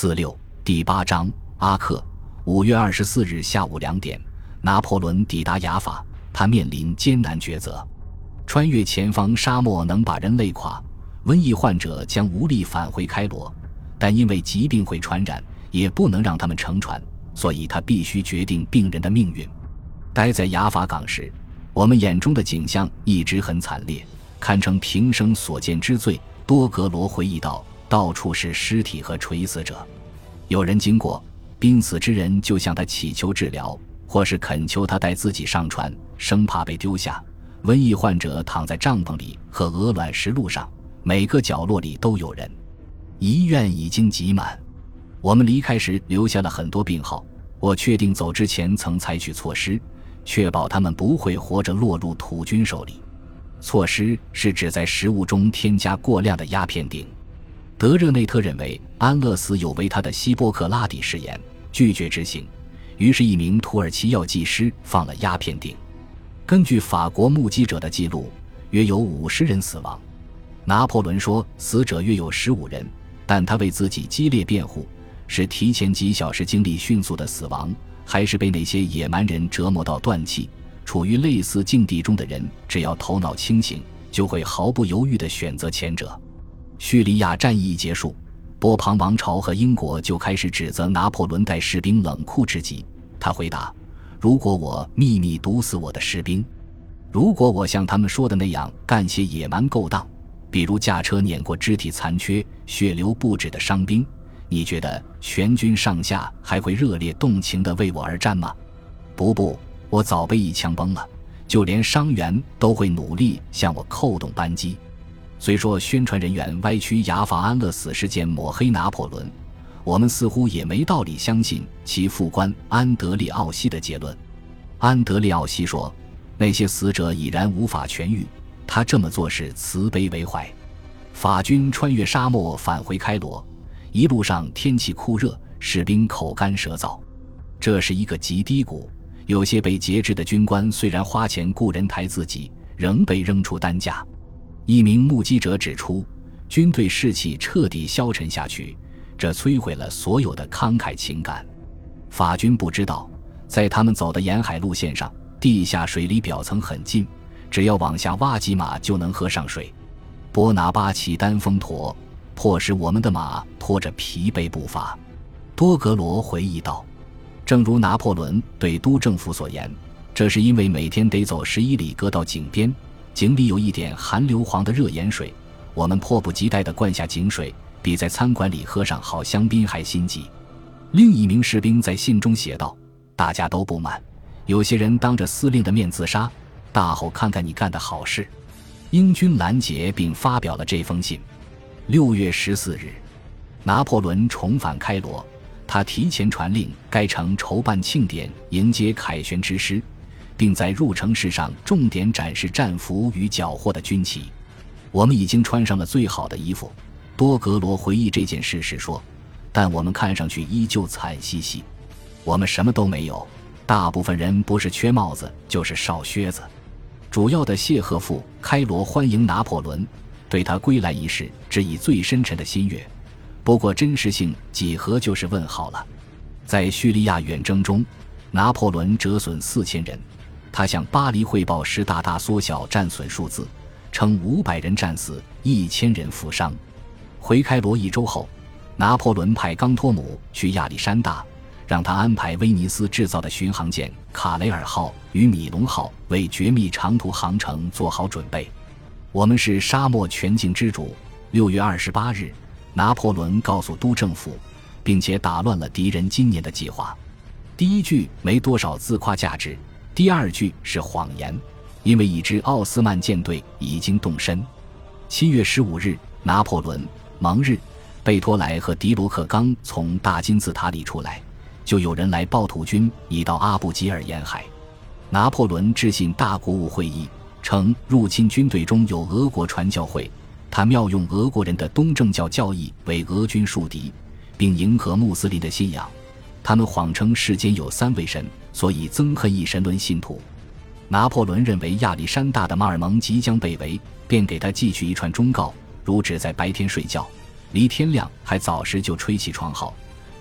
46第8章阿克。5月24日下午2点，拿破仑抵达雅法，他面临艰难抉择。穿越前方沙漠能把人累垮，瘟疫患者将无力返回开罗，但因为疾病会传染，也不能让他们乘船，所以他必须决定病人的命运。待在雅法港时，我们眼中的景象一直很惨烈，堪称平生所见之最。多格罗回忆道，到处是尸体和垂死者，有人经过，濒死之人就向他祈求治疗，或是恳求他带自己上船，生怕被丢下。瘟疫患者躺在帐篷里和鹅卵石路上，每个角落里都有人。医院已经挤满。我们离开时留下了很多病号，我确定走之前曾采取措施，确保他们不会活着落入土军手里。措施是指在食物中添加过量的鸦片锭。德热内特认为安乐死有违他的希波克拉底誓言，拒绝执行，于是一名土耳其药剂师放了鸦片锭。根据法国目击者的记录，约有50人死亡。拿破仑说死者约有15人，但他为自己激烈辩护，是提前几小时经历迅速的死亡，还是被那些野蛮人折磨到断气。处于类似境地中的人，只要头脑清醒，就会毫不犹豫地选择前者。叙利亚战役一结束，波旁王朝和英国就开始指责拿破仑待士兵冷酷至极。他回答，如果我秘密毒死我的士兵，如果我像他们说的那样干些野蛮勾当，比如驾车碾过肢体残缺、血流不止的伤兵，你觉得全军上下还会热烈动情地为我而战吗？不，我早被一枪崩了，就连伤员都会努力向我扣动扳机。虽说宣传人员歪曲雅法安乐死事件抹黑拿破仑，我们似乎也没道理相信其副官安德烈奥西的结论。安德烈奥西说，那些死者已然无法痊愈，他这么做是慈悲为怀。法军穿越沙漠返回开罗，一路上天气酷热，士兵口干舌燥，这是一个极低谷。有些被节制的军官虽然花钱雇人抬自己，仍被扔出担架。一名目击者指出，军队士气彻底消沉下去，这摧毁了所有的慷慨情感。法军不知道，在他们走的沿海路线上，地下水离表层很近，只要往下挖几码就能喝上水。波拿巴骑单峰驼，迫使我们的马拖着疲惫步伐。多格罗回忆道，正如拿破仑对都政府所言，这是因为每天得走11里隔到井边，井里有一点含硫磺的热盐水，我们迫不及待地灌下井水，比在餐馆里喝上好香槟还心急。另一名士兵在信中写道，大家都不满，有些人当着司令的面自杀，大吼看看你干的好事。英军拦截并发表了这封信。6月14日，拿破仑重返开罗，他提前传令该城筹办庆典迎接凯旋之师，并在入城式上重点展示战俘与缴获的军旗。我们已经穿上了最好的衣服，多格罗回忆这件事时说，但我们看上去依旧惨兮兮。我们什么都没有，大部分人不是缺帽子就是少靴子。主要的谢赫赴开罗欢迎拿破仑，对他归来一事致以最深沉的心悦，不过真实性几何就是问号了。在叙利亚远征中，拿破仑折损4000人，他向巴黎汇报时大大缩小战损数字，称500人战死，1000人负伤。回开罗1周后，拿破仑派冈托姆去亚历山大，让他安排威尼斯制造的巡航舰卡雷尔号与米龙号为绝密长途航程做好准备。我们是沙漠全境之主。6月28日，拿破仑告诉都政府，并且打乱了敌人今年的计划。第一句没多少自夸价值，第二句是谎言，因为一支奥斯曼舰队已经动身。7月15日，拿破仑、蒙日、贝托莱和迪罗克刚从大金字塔里出来，就有人来报土军已到阿布吉尔沿海。拿破仑致信大国务会议，称入侵军队中有俄国传教会，他妙用俄国人的东正教教义为俄军树敌，并迎合穆斯林的信仰。他们谎称世间有3位神，所以憎恨一神论信徒。拿破仑认为亚历山大的马尔蒙即将被围，便给他寄去一串忠告，如只在白天睡觉，离天亮还早时就吹起床号，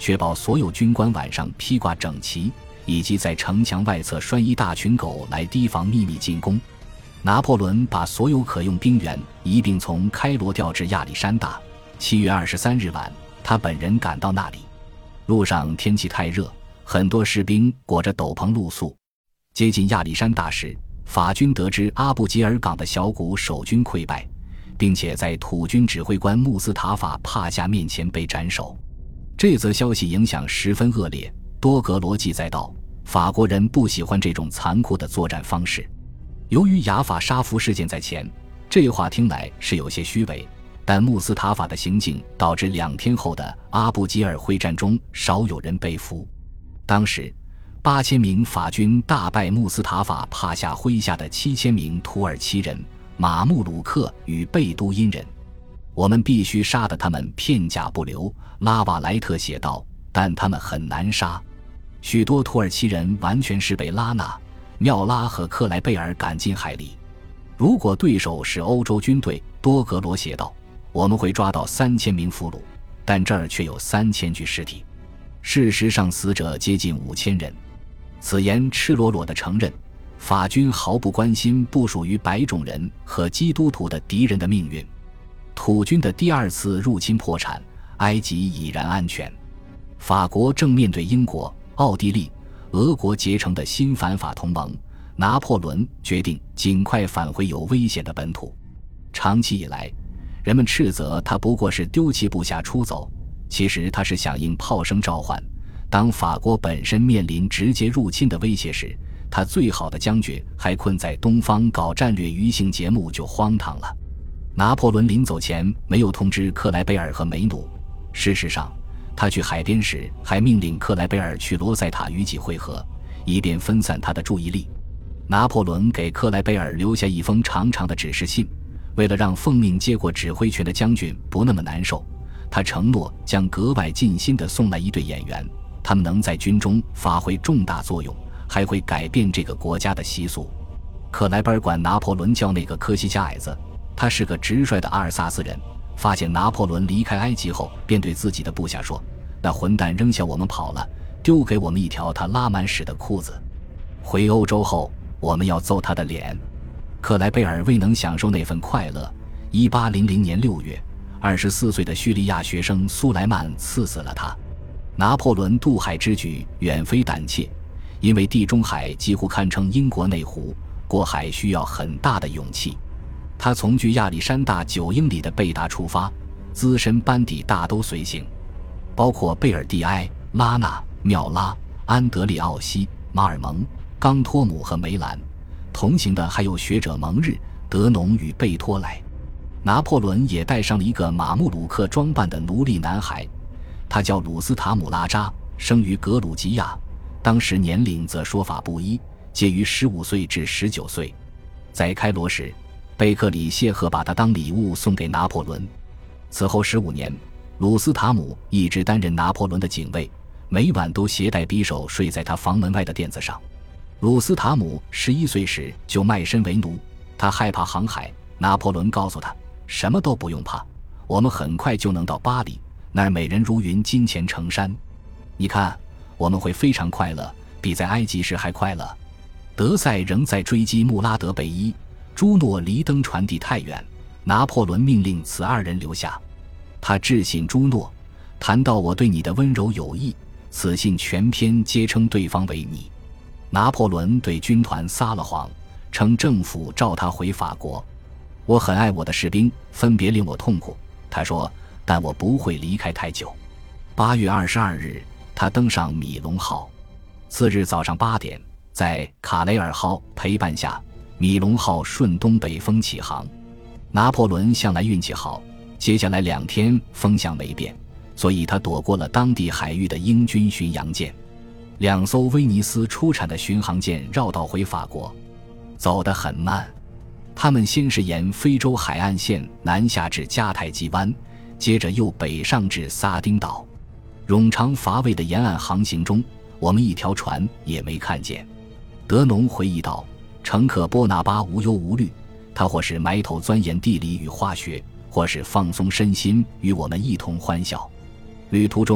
确保所有军官晚上披挂整齐，以及在城墙外侧拴一大群狗来提防秘密进攻。拿破仑把所有可用兵员一并从开罗调至亚历山大。7月23日晚，他本人赶到那里。路上天气太热，很多士兵裹着斗篷露宿。接近亚历山大时，法军得知阿布吉尔港的小股守军溃败，并且在土军指挥官穆斯塔法帕夏面前被斩首。这则消息影响十分恶劣，多格罗记载道，法国人不喜欢这种残酷的作战方式。由于雅法杀俘事件在前，这话听来是有些虚伪，但穆斯塔法的行径导致2天后的阿布吉尔会战中少有人被俘。当时8000名法军大败穆斯塔法帕夏麾下的7000名土耳其人、马穆鲁克与贝都因人。我们必须杀得他们片甲不留，拉瓦莱特写道，但他们很难杀。许多土耳其人完全是被拉纳、缪拉和克莱贝尔赶进海里。如果对手是欧洲军队，多格罗写道，我们会抓到3000名俘虏，但这儿却有3000具尸体。事实上死者接近5000人。此言赤裸裸地承认，法军毫不关心部属于白种人和基督徒的敌人的命运。土军的第2次入侵破产，埃及已然安全。法国正面对英国、奥地利、俄国结成的新反法同盟，拿破仑决定尽快返回有危险的本土。长期以来，人们斥责他不过是丢弃部下出走，其实他是响应炮声召唤。当法国本身面临直接入侵的威胁时，他最好的将军还困在东方搞战略娱性节目，就荒唐了。拿破仑临走前没有通知克莱贝尔和梅努，事实上他去海边时还命令克莱贝尔去罗塞塔与己会合，以便分散他的注意力。拿破仑给克莱贝尔留下一封长长的指示信，为了让奉命接过指挥权的将军不那么难受，他承诺将格外尽心地送来一队演员，他们能在军中发挥重大作用，还会改变这个国家的习俗。克莱贝尔管拿破仑叫那个科西嘉矮子，他是个直率的阿尔萨斯人。发现拿破仑离开埃及后，便对自己的部下说，那混蛋扔下我们跑了，丢给我们一条他拉满屎的裤子。回欧洲后，我们要揍他的脸。克莱贝尔未能享受那份快乐。1800年6月，24岁的叙利亚学生苏莱曼刺死了他。拿破仑渡海之举远非胆怯，因为地中海几乎堪称英国内湖，过海需要很大的勇气。他从距亚历山大9英里的贝达出发，资深班底大都随行，包括贝尔蒂埃、拉纳、缪拉、安德烈奥西、马尔蒙、冈托姆和梅兰。同行的还有学者蒙日、德农与贝托莱。拿破仑也带上了一个马穆鲁克装扮的奴隶男孩，他叫鲁斯塔姆拉扎，生于格鲁吉亚，当时年龄则说法不一，介于15岁至19岁。在开罗时，贝克里谢赫把他当礼物送给拿破仑。此后15年，鲁斯塔姆一直担任拿破仑的警卫，每晚都携带匕首睡在他房门外的垫子上。鲁斯塔姆11岁时就卖身为奴，他害怕航海。拿破仑告诉他，什么都不用怕，我们很快就能到巴黎，那儿美人如云，金钱成山。你看，我们会非常快乐，比在埃及时还快乐。德塞仍在追击穆拉德贝伊，朱诺离登船地太远，拿破仑命令此2人留下。他致信朱诺，谈到我对你的温柔友谊，此信全篇皆称对方为你。拿破仑对军团撒了谎，称政府召他回法国。我很爱我的士兵，分别令我痛苦，他说，但我不会离开太久。8月22日，他登上米龙号。次日早上8点，在卡雷尔号陪伴下，米龙号顺东北风起航。拿破仑向来运气好，接下来2天风向没变，所以他躲过了当地海域的英军巡洋舰。2艘威尼斯出产的巡航舰绕道回法国，走得很慢。他们先是沿非洲海岸线南下至迦太基湾，接着又北上至撒丁岛。冗长乏味的沿岸航行中，我们一条船也没看见。德农回忆道，乘客波拿巴无忧无虑，他或是埋头钻研地理与化学，或是放松身心与我们一同欢笑。旅途中，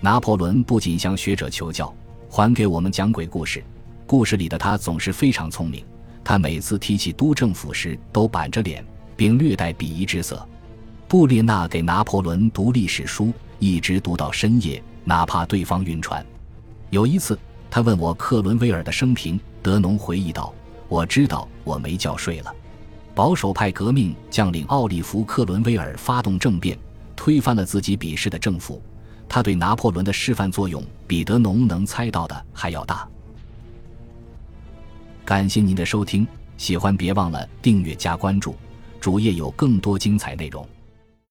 拿破仑不仅向学者求教，还给我们讲鬼故事。故事里的他总是非常聪明，他每次提起督政府时都板着脸，并略带鄙夷之色。布列纳给拿破仑读历史书，一直读到深夜，哪怕对方晕船。有一次他问我克伦威尔的生平，德农回忆道：我知道我没觉睡了。保守派革命将领奥利弗·克伦威尔发动政变，推翻了自己鄙视的政府，他对拿破仑的示范作用比德农能猜到的还要大。感谢您的收听，喜欢别忘了订阅加关注，主页有更多精彩内容。